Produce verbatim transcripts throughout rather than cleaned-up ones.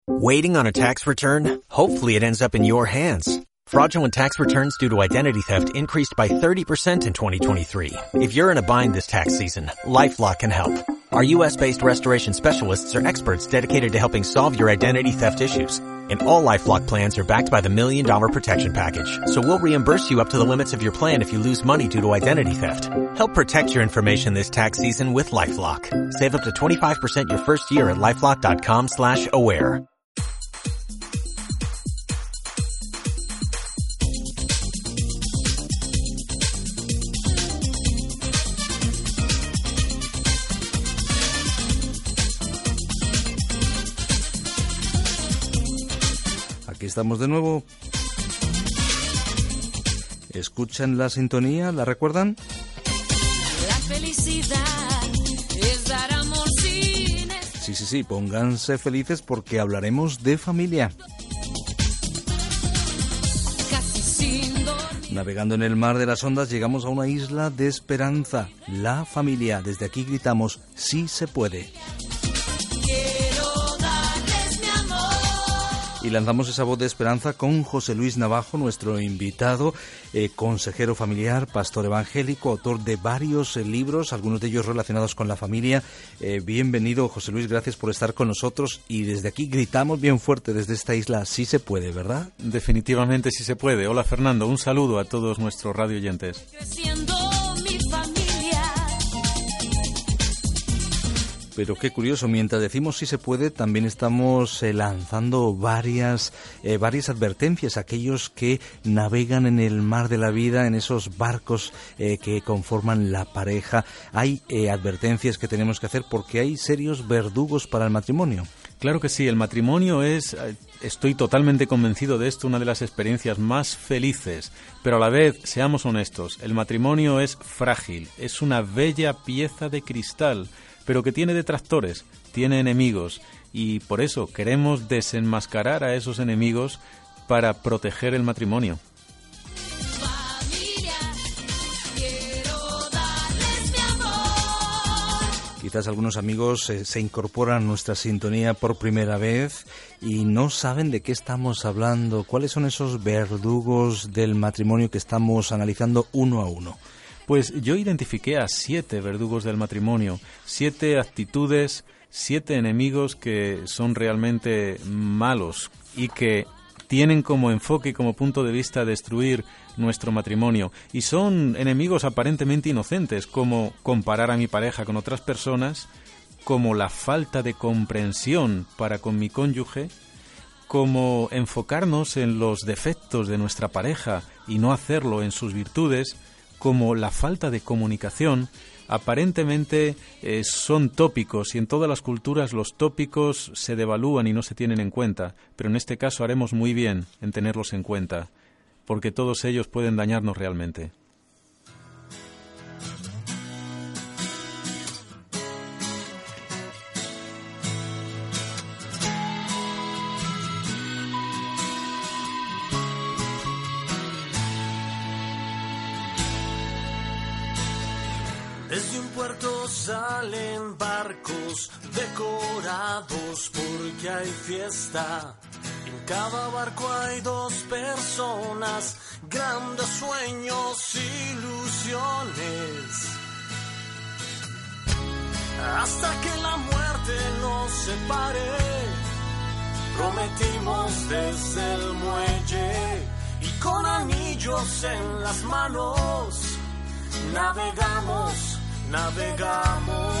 Waiting on a tax return? Hopefully it ends up in your hands. Fraudulent tax returns due to identity theft increased by thirty percent in twenty twenty-three. If you're in a bind this tax season, LifeLock can help. Our U S-based restoration specialists are experts dedicated to helping solve your identity theft issues. And all LifeLock plans are backed by the Million Dollar Protection Package. So we'll reimburse you up to the limits of your plan if you lose money due to identity theft. Help protect your information this tax season with LifeLock. Save up to twenty-five percent your first year at LifeLock.com slash aware. Aquí estamos de nuevo. ¿Escuchan la sintonía? ¿La recuerdan? La felicidad es dar amor sin... Sí, sí, sí, pónganse felices porque hablaremos de familia. Casi sin dormir. Navegando en el mar de las ondas llegamos a una isla de esperanza, la familia. Desde aquí gritamos, sí se puede. Y lanzamos esa voz de esperanza con José Luis Navajo, nuestro invitado, eh, consejero familiar, pastor evangélico, autor de varios eh, libros, algunos de ellos relacionados con la familia. Eh, bienvenido, José Luis, gracias por estar con nosotros. Y desde aquí gritamos bien fuerte desde esta isla, sí se puede, ¿verdad? Definitivamente sí se puede. Hola, Fernando, un saludo a todos nuestros radio oyentes. Creciendo mi familia. Pero qué curioso, mientras decimos sí se puede, también estamos eh, lanzando varias, eh, varias advertencias a aquellos que navegan en el mar de la vida, en esos barcos eh, que conforman la pareja. Hay eh, advertencias que tenemos que hacer porque hay serios verdugos para el matrimonio. Claro que sí, el matrimonio es, estoy totalmente convencido de esto, una de las experiencias más felices, pero a la vez, seamos honestos, el matrimonio es frágil, es una bella pieza de cristal, pero que tiene detractores, tiene enemigos, y por eso queremos desenmascarar a esos enemigos para proteger el matrimonio. Quizás algunos amigos eh, se incorporan a nuestra sintonía por primera vez y no saben de qué estamos hablando, cuáles son esos verdugos del matrimonio que estamos analizando uno a uno. Pues yo identifiqué a siete verdugos del matrimonio, siete actitudes, siete enemigos que son realmente malos y que tienen como enfoque y como punto de vista destruir nuestro matrimonio. Y son enemigos aparentemente inocentes, como comparar a mi pareja con otras personas, como la falta de comprensión para con mi cónyuge, como enfocarnos en los defectos de nuestra pareja y no hacerlo en sus virtudes, como la falta de comunicación. Aparentemente eh, son tópicos y en todas las culturas los tópicos se devalúan y no se tienen en cuenta, pero en este caso haremos muy bien en tenerlos en cuenta, porque todos ellos pueden dañarnos realmente. Desde un puerto salen barcos decorados porque hay fiesta. En cada barco hay dos personas, grandes sueños, ilusiones. Hasta que la muerte nos separe, prometimos desde el muelle y con anillos en las manos navegamos. Navegamos.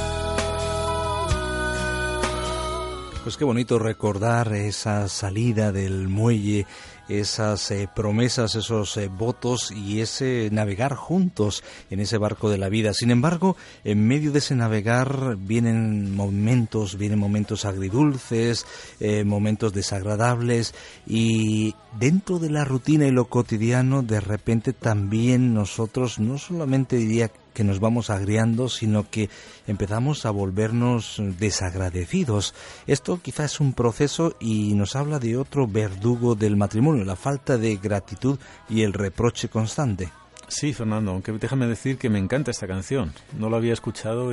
Pues qué bonito recordar esa salida del muelle, esas eh, promesas, esos eh, votos y ese navegar juntos en ese barco de la vida. Sin embargo, en medio de ese navegar vienen momentos, vienen momentos agridulces, eh, momentos desagradables y dentro de la rutina y lo cotidiano, de repente también nosotros no solamente diría que nos vamos agriando, sino que empezamos a volvernos desagradecidos. Esto quizás es un proceso y nos habla de otro verdugo del matrimonio, la falta de gratitud y el reproche constante. Sí, Fernando, aunque déjame decir que me encanta esta canción. No la había escuchado y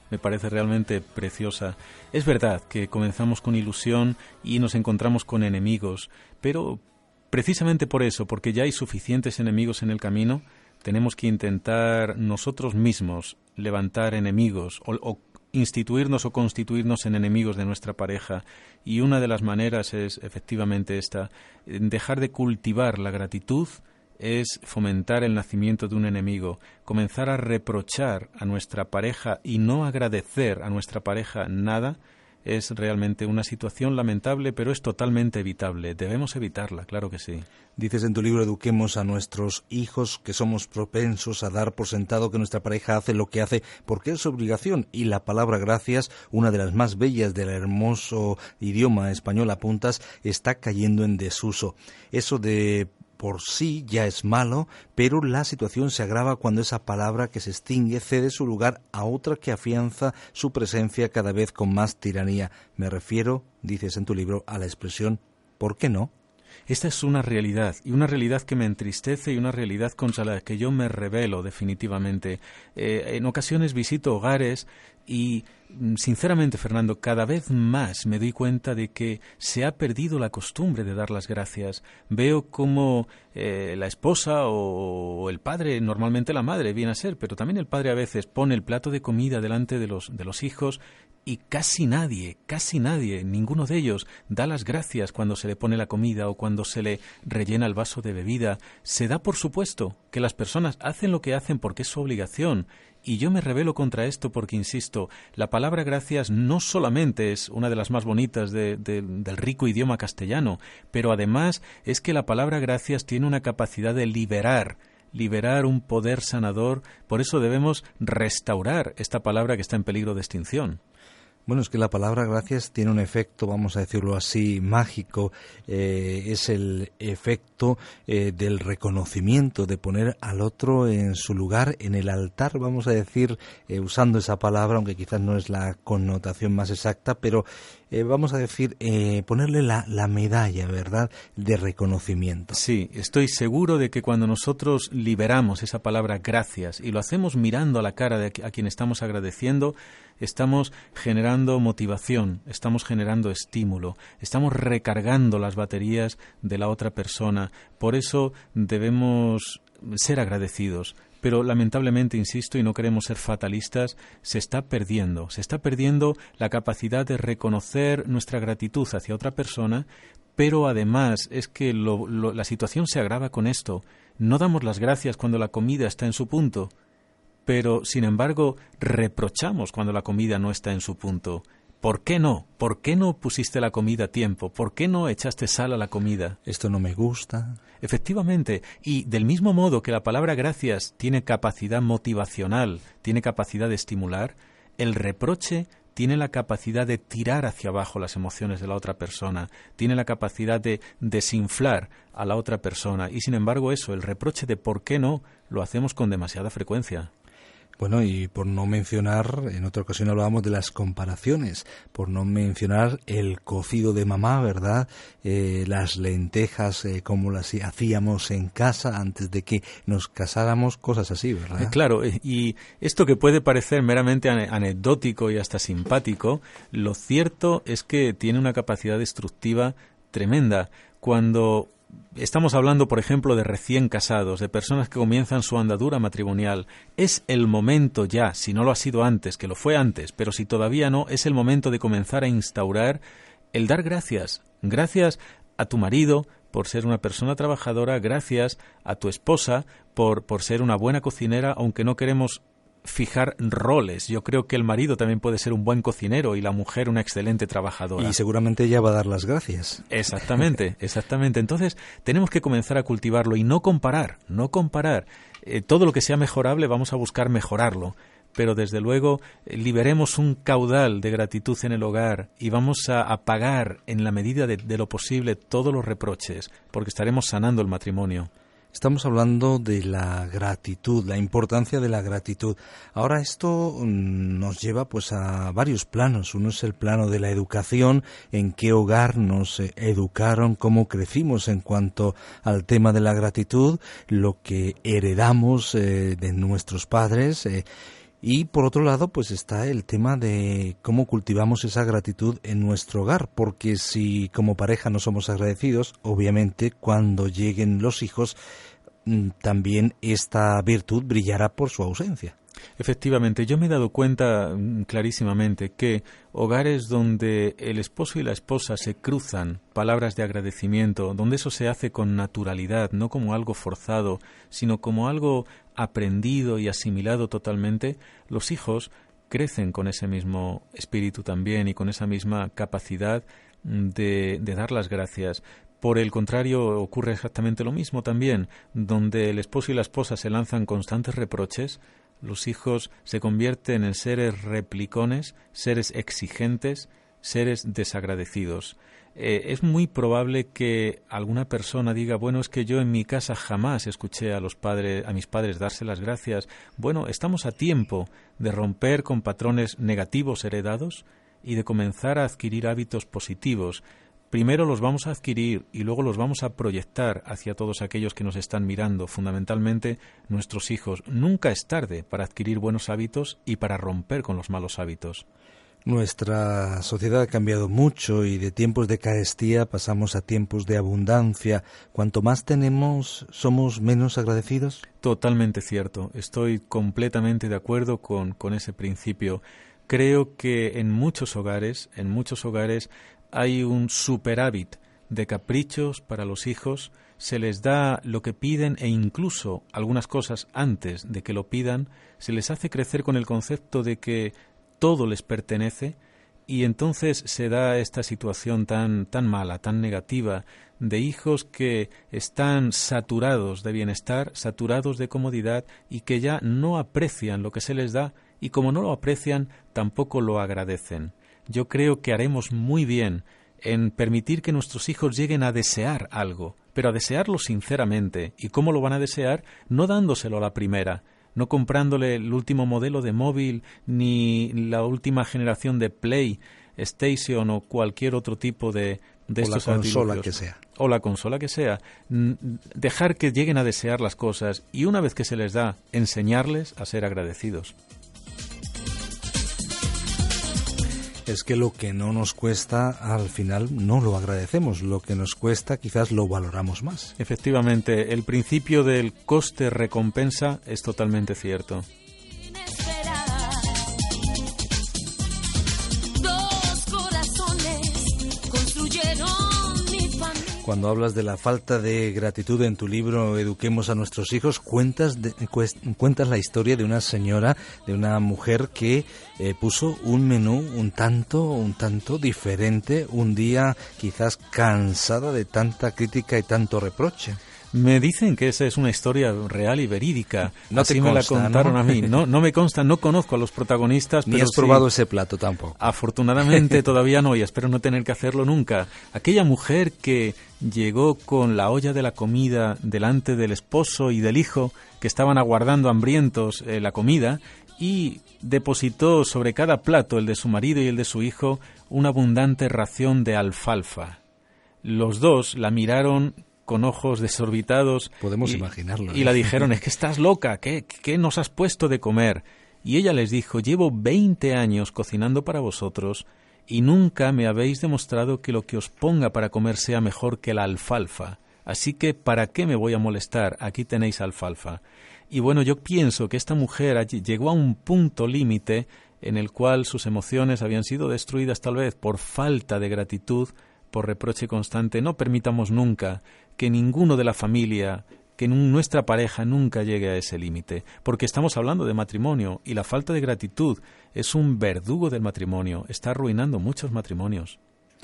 me parece realmente preciosa. Es verdad que comenzamos con ilusión y nos encontramos con enemigos, pero precisamente por eso, porque ya hay suficientes enemigos en el camino, tenemos que intentar nosotros mismos levantar enemigos o, o instituirnos o constituirnos en enemigos de nuestra pareja. Y una de las maneras es efectivamente esta: dejar de cultivar la gratitud es fomentar el nacimiento de un enemigo, comenzar a reprochar a nuestra pareja y no agradecer a nuestra pareja nada. Es realmente una situación lamentable, pero es totalmente evitable. Debemos evitarla, claro que sí. Dices en tu libro, eduquemos a nuestros hijos, que somos propensos a dar por sentado que nuestra pareja hace lo que hace porque es su obligación. Y la palabra gracias, una de las más bellas del hermoso idioma español, apuntas, está cayendo en desuso. Eso de por sí ya es malo, pero la situación se agrava cuando esa palabra que se extingue cede su lugar a otra que afianza su presencia cada vez con más tiranía. Me refiero, dices en tu libro, a la expresión ¿por qué no? Esta es una realidad, y una realidad que me entristece y una realidad contra la que yo me rebelo definitivamente. Eh, en ocasiones visito hogares y, sinceramente, Fernando, cada vez más me doy cuenta de que se ha perdido la costumbre de dar las gracias. Veo cómo eh, la esposa o el padre, normalmente la madre viene a ser, pero también el padre a veces pone el plato de comida delante de los, de los hijos, y casi nadie, casi nadie, ninguno de ellos da las gracias cuando se le pone la comida o cuando se le rellena el vaso de bebida. Se da por supuesto que las personas hacen lo que hacen porque es su obligación. Y yo me rebelo contra esto porque, insisto, la palabra gracias no solamente es una de las más bonitas de, de, del rico idioma castellano, pero además es que la palabra gracias tiene una capacidad de liberar, liberar un poder sanador. Por eso debemos restaurar esta palabra que está en peligro de extinción. Bueno, es que la palabra gracias tiene un efecto, vamos a decirlo así, mágico. Eh, es el efecto eh, del reconocimiento, de poner al otro en su lugar, en el altar, vamos a decir, eh, usando esa palabra, aunque quizás no es la connotación más exacta, pero eh, vamos a decir, eh, ponerle la, la medalla, ¿verdad?, de reconocimiento. Sí, estoy seguro de que cuando nosotros liberamos esa palabra gracias y lo hacemos mirando a la cara de a quien estamos agradeciendo, estamos generando motivación, estamos generando estímulo, estamos recargando las baterías de la otra persona. Por eso debemos ser agradecidos. Pero lamentablemente, insisto, y no queremos ser fatalistas, se está perdiendo, se está perdiendo la capacidad de reconocer nuestra gratitud hacia otra persona, pero además es que lo, lo, la situación se agrava con esto. No damos las gracias cuando la comida está en su punto, pero, sin embargo, reprochamos cuando la comida no está en su punto. ¿Por qué no? ¿Por qué no pusiste la comida a tiempo? ¿Por qué no echaste sal a la comida? Esto no me gusta. Efectivamente, y del mismo modo que la palabra gracias tiene capacidad motivacional, tiene capacidad de estimular, el reproche tiene la capacidad de tirar hacia abajo las emociones de la otra persona, tiene la capacidad de desinflar a la otra persona, y sin embargo eso, el reproche de ¿por qué no?, lo hacemos con demasiada frecuencia. Bueno, y por no mencionar, en otra ocasión hablábamos de las comparaciones, por no mencionar el cocido de mamá, ¿verdad? Eh, las lentejas, eh, como las hacíamos en casa antes de que nos casáramos, cosas así, ¿verdad? Eh, claro, y esto que puede parecer meramente anecdótico y hasta simpático, lo cierto es que tiene una capacidad destructiva tremenda. Cuando estamos hablando, por ejemplo, de recién casados, de personas que comienzan su andadura matrimonial, es el momento ya, si no lo ha sido antes, que lo fue antes, pero si todavía no, es el momento de comenzar a instaurar el dar gracias. Gracias a tu marido por ser una persona trabajadora, gracias a tu esposa por, por ser una buena cocinera, aunque no queremos fijar roles. Yo creo que el marido también puede ser un buen cocinero y la mujer una excelente trabajadora. Y seguramente ella va a dar las gracias. Exactamente, exactamente. Entonces, tenemos que comenzar a cultivarlo y no comparar, no comparar. Eh, todo lo que sea mejorable vamos a buscar mejorarlo, pero desde luego eh, liberemos un caudal de gratitud en el hogar y vamos a apagar en la medida de, de lo posible todos los reproches, porque estaremos sanando el matrimonio. Estamos hablando de la gratitud, la importancia de la gratitud. Ahora esto nos lleva pues a varios planos. Uno es el plano de la educación, en qué hogar nos educaron, cómo crecimos en cuanto al tema de la gratitud, lo que heredamos eh, de nuestros padres, eh, Y por otro lado, pues está el tema de cómo cultivamos esa gratitud en nuestro hogar, porque si como pareja no somos agradecidos, obviamente cuando lleguen los hijos, también esta virtud brillará por su ausencia. Efectivamente, yo me he dado cuenta clarísimamente que hogares donde el esposo y la esposa se cruzan palabras de agradecimiento, donde eso se hace con naturalidad, no como algo forzado, sino como algo aprendido y asimilado totalmente, los hijos crecen con ese mismo espíritu también y con esa misma capacidad de, de dar las gracias. Por el contrario, ocurre exactamente lo mismo también, donde el esposo y la esposa se lanzan constantes reproches, los hijos se convierten en seres replicones, seres exigentes, seres desagradecidos. Eh, es muy probable que alguna persona diga, bueno, es que yo en mi casa jamás escuché a los padres, a mis padres darse las gracias. Bueno, estamos a tiempo de romper con patrones negativos heredados y de comenzar a adquirir hábitos positivos. Primero los vamos a adquirir y luego los vamos a proyectar hacia todos aquellos que nos están mirando, fundamentalmente nuestros hijos. Nunca es tarde para adquirir buenos hábitos y para romper con los malos hábitos. Nuestra sociedad ha cambiado mucho y de tiempos de carestía pasamos a tiempos de abundancia. Cuanto más tenemos, ¿somos menos agradecidos? Totalmente cierto. Estoy completamente de acuerdo con, con ese principio. Creo que en muchos hogares, en muchos hogares, hay un superávit de caprichos para los hijos, se les da lo que piden e incluso algunas cosas antes de que lo pidan, se les hace crecer con el concepto de que todo les pertenece y entonces se da esta situación tan, tan mala, tan negativa, de hijos que están saturados de bienestar, saturados de comodidad y que ya no aprecian lo que se les da y como no lo aprecian, tampoco lo agradecen. Yo creo que haremos muy bien en permitir que nuestros hijos lleguen a desear algo, pero a desearlo sinceramente. ¿Y cómo lo van a desear? No dándoselo a la primera, no comprándole el último modelo de móvil, ni la última generación de PlayStation o cualquier otro tipo de, de estos artilugios. O la consola que sea. O la consola que sea. Dejar que lleguen a desear las cosas y una vez que se les da, enseñarles a ser agradecidos. Es que lo que no nos cuesta, al final no lo agradecemos. Lo que nos cuesta, quizás lo valoramos más. Efectivamente, el principio del coste-recompensa es totalmente cierto. Cuando hablas de la falta de gratitud en tu libro Eduquemos a nuestros hijos, cuentas, de, cuentas la historia de una señora, de una mujer que eh, puso un menú un tanto, un tanto diferente, un día quizás cansada de tanta crítica y tanto reproche. Me dicen que esa es una historia real y verídica. No Así te me consta, la contaron ¿no? a mí. No, no me consta, no conozco a los protagonistas. Ni pero has probado sí, ese plato tampoco. Afortunadamente todavía no y espero no tener que hacerlo nunca. Aquella mujer que llegó con la olla de la comida delante del esposo y del hijo que estaban aguardando hambrientos eh, la comida y depositó sobre cada plato, el de su marido y el de su hijo, una abundante ración de alfalfa. Los dos la miraron con ojos desorbitados. Podemos y, imaginarlo. ¿eh? Y la dijeron, es que estás loca, ¿qué, ¿qué nos has puesto de comer? Y ella les dijo, llevo veinte años cocinando para vosotros y nunca me habéis demostrado que lo que os ponga para comer sea mejor que la alfalfa. Así que, ¿para qué me voy a molestar? Aquí tenéis alfalfa. Y bueno, yo pienso que esta mujer llegó a un punto límite en el cual sus emociones habían sido destruidas tal vez por falta de gratitud, por reproche constante. No permitamos nunca que ninguno de la familia, que nuestra pareja nunca llegue a ese límite, porque estamos hablando de matrimonio y la falta de gratitud es un verdugo del matrimonio, está arruinando muchos matrimonios.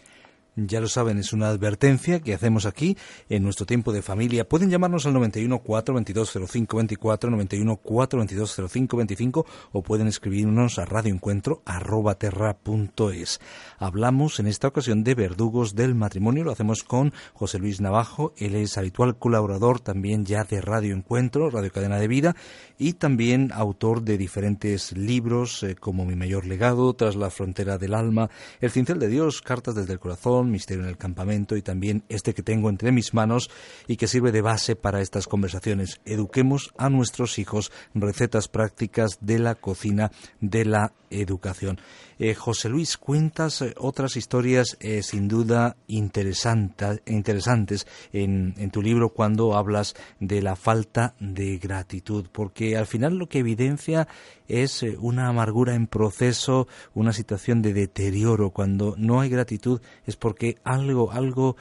Ya lo saben, es una advertencia que hacemos aquí en nuestro tiempo de familia. Pueden llamarnos al noventa y uno, cuatro veintidós, cero cinco veinticuatro, noventa y uno, cuatro veintidós, cero cinco veinticinco o pueden escribirnos a radioencuentro arroba terra punto es. Hablamos en esta ocasión de verdugos del matrimonio, lo hacemos con José Luis Navajo, él es habitual colaborador también ya de Radio Encuentro, Radio Cadena de Vida, y también autor de diferentes libros eh, como Mi Mayor Legado, Tras la Frontera del Alma, El Cincel de Dios, Cartas desde el Corazón, corazón, Misterio en el campamento y también este que tengo entre mis manos y que sirve de base para estas conversaciones. Eduquemos a nuestros hijos, recetas prácticas de la cocina, de la educación. Eh, José Luis, cuentas eh, otras historias eh, sin duda interesanta, interesantes en, en tu libro cuando hablas de la falta de gratitud, porque al final lo que evidencia es eh, una amargura en proceso, una situación de deterioro. Cuando no hay gratitud es porque algo, algo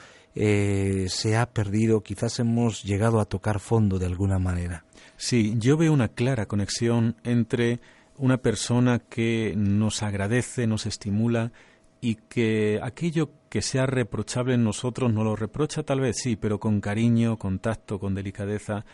eh, se ha perdido, quizás hemos llegado a tocar fondo de alguna manera. Sí, yo veo una clara conexión entre una persona que nos agradece, nos estimula y que aquello que sea reprochable en nosotros nos lo reprocha tal vez, sí, pero con cariño, con tacto, con delicadeza.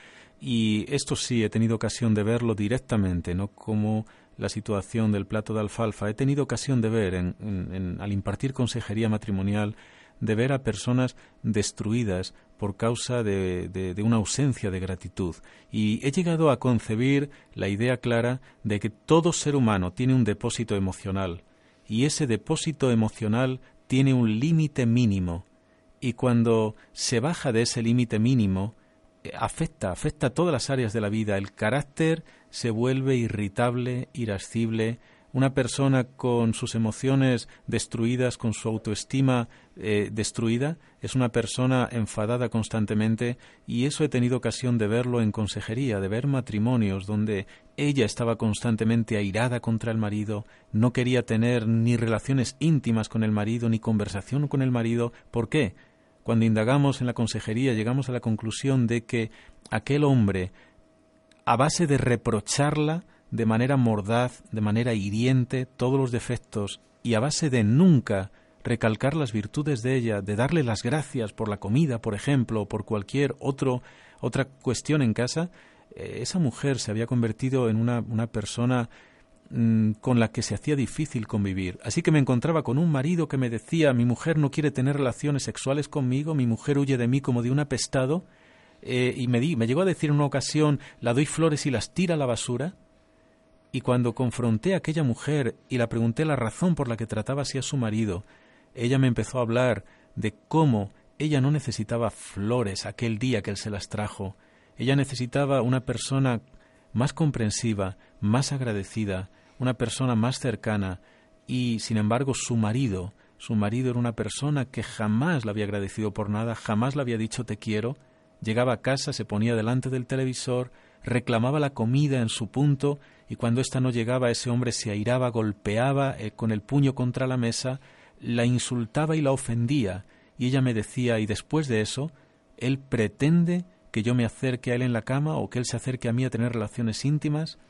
Y esto sí, he tenido ocasión de verlo directamente, no como la situación del plato de alfalfa. He tenido ocasión de ver, en, en, en, al impartir consejería matrimonial, de ver a personas destruidas por causa de, de, de una ausencia de gratitud. Y he llegado a concebir la idea clara de que todo ser humano tiene un depósito emocional, y ese depósito emocional tiene un límite mínimo, y cuando se baja de ese límite mínimo, eh, afecta, afecta a todas las áreas de la vida. El carácter se vuelve irritable, irascible. Una persona con sus emociones destruidas, con su autoestima eh, destruida, es una persona enfadada constantemente, y eso he tenido ocasión de verlo en consejería, de ver matrimonios donde ella estaba constantemente airada contra el marido, no quería tener ni relaciones íntimas con el marido, ni conversación con el marido. ¿Por qué? Cuando indagamos en la consejería llegamos a la conclusión de que aquel hombre, a base de reprocharla de manera mordaz, de manera hiriente, todos los defectos, y a base de nunca recalcar las virtudes de ella, de darle las gracias por la comida, por ejemplo, o por cualquier otro, otra cuestión en casa, eh, esa mujer se había convertido en una, una persona mmm, con la que se hacía difícil convivir. Así que me encontraba con un marido que me decía: mi mujer no quiere tener relaciones sexuales conmigo, mi mujer huye de mí como de un apestado, eh, y me, di, me llegó a decir en una ocasión: la doy flores y las tira a la basura. Y cuando confronté a aquella mujer y la pregunté la razón por la que trataba así a su marido, ella me empezó a hablar de cómo ella no necesitaba flores aquel día que él se las trajo. Ella necesitaba una persona más comprensiva, más agradecida, una persona más cercana, y sin embargo su marido, su marido era una persona que jamás la había agradecido por nada, jamás le había dicho te quiero. Llegaba a casa, se ponía delante del televisor, reclamaba la comida en su punto, y cuando ésta no llegaba, ese hombre se airaba, golpeaba eh, con el puño contra la mesa, la insultaba y la ofendía. Y ella me decía: y después de eso, él pretende que yo me acerque a él en la cama, o que él se acerque a mí a tener relaciones íntimas.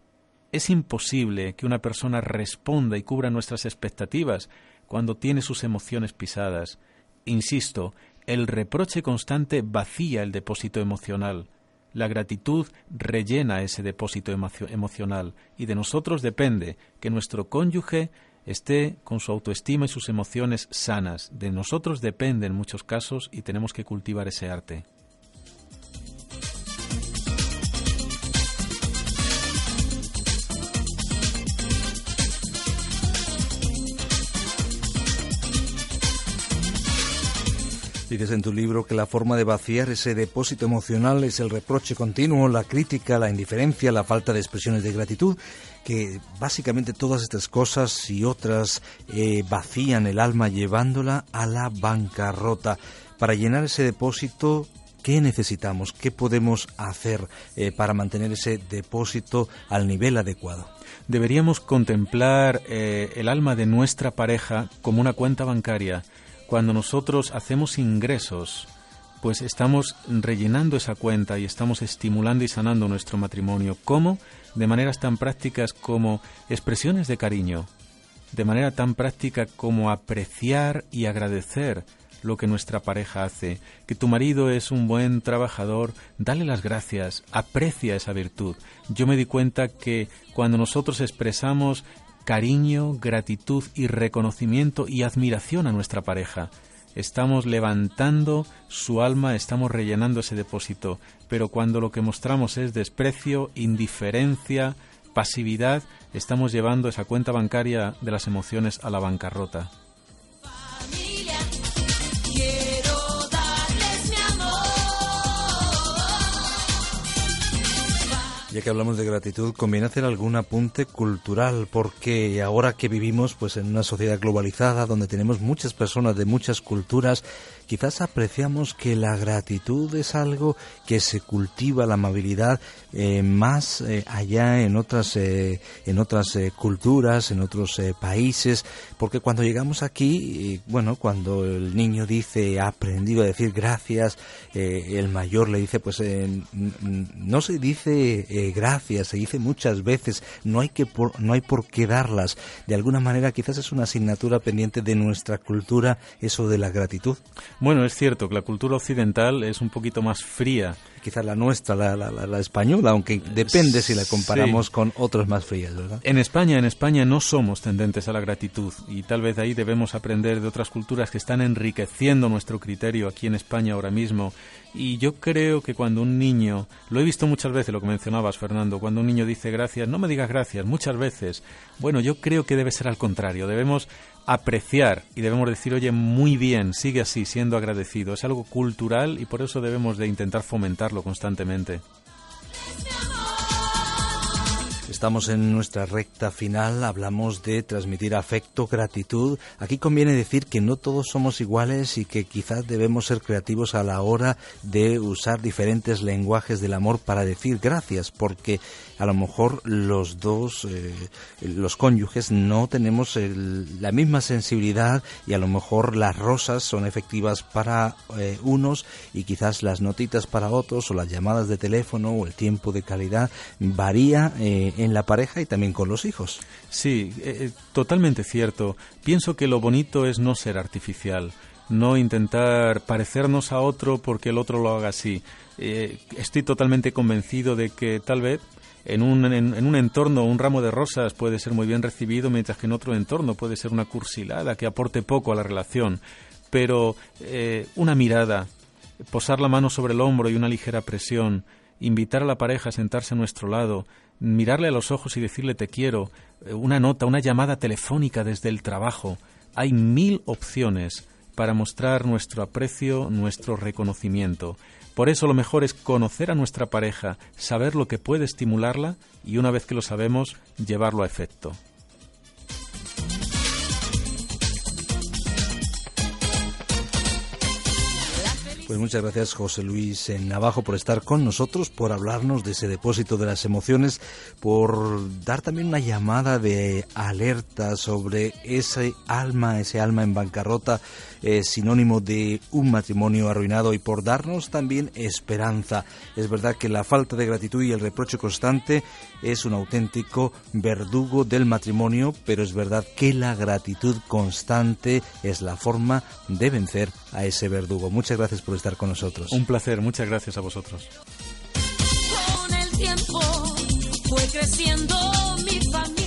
Es imposible que una persona responda y cubra nuestras expectativas cuando tiene sus emociones pisadas. Insisto, el reproche constante vacía el depósito emocional. La gratitud rellena ese depósito emo- emocional, y de nosotros depende que nuestro cónyuge esté con su autoestima y sus emociones sanas. De nosotros depende en muchos casos, y tenemos que cultivar ese arte. Dices en tu libro que la forma de vaciar ese depósito emocional es el reproche continuo, la crítica, la indiferencia, la falta de expresiones de gratitud, que básicamente todas estas cosas y otras eh, vacían el alma llevándola a la bancarrota. Para llenar ese depósito, ¿qué necesitamos? ¿Qué podemos hacer eh, para mantener ese depósito al nivel adecuado? Deberíamos contemplar eh, el alma de nuestra pareja como una cuenta bancaria. Cuando nosotros hacemos ingresos, pues estamos rellenando esa cuenta y estamos estimulando y sanando nuestro matrimonio. ¿Cómo? De maneras tan prácticas como expresiones de cariño, de manera tan práctica como apreciar y agradecer lo que nuestra pareja hace. Que tu marido es un buen trabajador, dale las gracias, aprecia esa virtud. Yo me di cuenta que cuando nosotros expresamos cariño, gratitud y reconocimiento y admiración a nuestra pareja, estamos levantando su alma, estamos rellenando ese depósito. Pero cuando lo que mostramos es desprecio, indiferencia, pasividad, estamos llevando esa cuenta bancaria de las emociones a la bancarrota. Familia, Ya que hablamos de gratitud, conviene hacer algún apunte cultural, porque ahora que vivimos pues en una sociedad globalizada donde tenemos muchas personas de muchas culturas, quizás apreciamos que la gratitud es algo que se cultiva, la amabilidad, eh, más eh, allá en otras eh, en otras eh, culturas, en otros eh, países, porque cuando llegamos aquí, eh, bueno, cuando el niño dice, ha aprendido a decir gracias, eh, el mayor le dice, pues eh, no se dice eh, gracias, se dice muchas veces, no hay que por, no hay por qué darlas. De alguna manera quizás es una asignatura pendiente de nuestra cultura, eso de la gratitud. Bueno, es cierto que la cultura occidental es un poquito más fría. Quizás la nuestra, la, la, la, la española, aunque depende si la comparamos sí. con otras más frías, ¿verdad? En España, en España no somos tendentes a la gratitud y tal vez de ahí debemos aprender de otras culturas que están enriqueciendo nuestro criterio aquí en España ahora mismo. Y yo creo que cuando un niño, lo he visto muchas veces, lo que mencionabas, Fernando, cuando un niño dice gracias, no me digas gracias, muchas veces. Bueno, yo creo que debe ser al contrario, debemos apreciar y debemos decir, oye, muy bien, sigue así, siendo agradecido. Es algo cultural y por eso debemos de intentar fomentarlo constantemente. Estamos en nuestra recta final, hablamos de transmitir afecto, gratitud. Aquí conviene decir que no todos somos iguales y que quizás debemos ser creativos a la hora de usar diferentes lenguajes del amor para decir gracias, porque a lo mejor los dos, eh, los cónyuges, no tenemos el, la misma sensibilidad y a lo mejor las rosas son efectivas para eh, unos y quizás las notitas para otros, o las llamadas de teléfono o el tiempo de calidad varía eh, en la pareja y también con los hijos. Sí, eh, totalmente cierto. Pienso que lo bonito es no ser artificial, no intentar parecernos a otro porque el otro lo haga así. Eh, estoy totalmente convencido de que tal vez en un, en, en un entorno un ramo de rosas puede ser muy bien recibido, mientras que en otro entorno puede ser una cursilada que aporte poco a la relación. Pero eh, una mirada, posar la mano sobre el hombro y una ligera presión, invitar a la pareja a sentarse a nuestro lado, mirarle a los ojos y decirle te quiero, una nota, una llamada telefónica desde el trabajo. Hay mil opciones para mostrar nuestro aprecio, nuestro reconocimiento. Por eso lo mejor es conocer a nuestra pareja, saber lo que puede estimularla y una vez que lo sabemos, llevarlo a efecto. Pues muchas gracias, José Luis Navajo, por estar con nosotros, por hablarnos de ese depósito de las emociones, por dar también una llamada de alerta sobre ese alma, ese alma en bancarrota, eh, sinónimo de un matrimonio arruinado, y por darnos también esperanza. Es verdad que la falta de gratitud y el reproche constante es un auténtico verdugo del matrimonio, pero es verdad que la gratitud constante es la forma de vencer a ese verdugo. Muchas gracias por estar con nosotros. Un placer, muchas gracias a vosotros. Con el tiempo fue creciendo mi familia.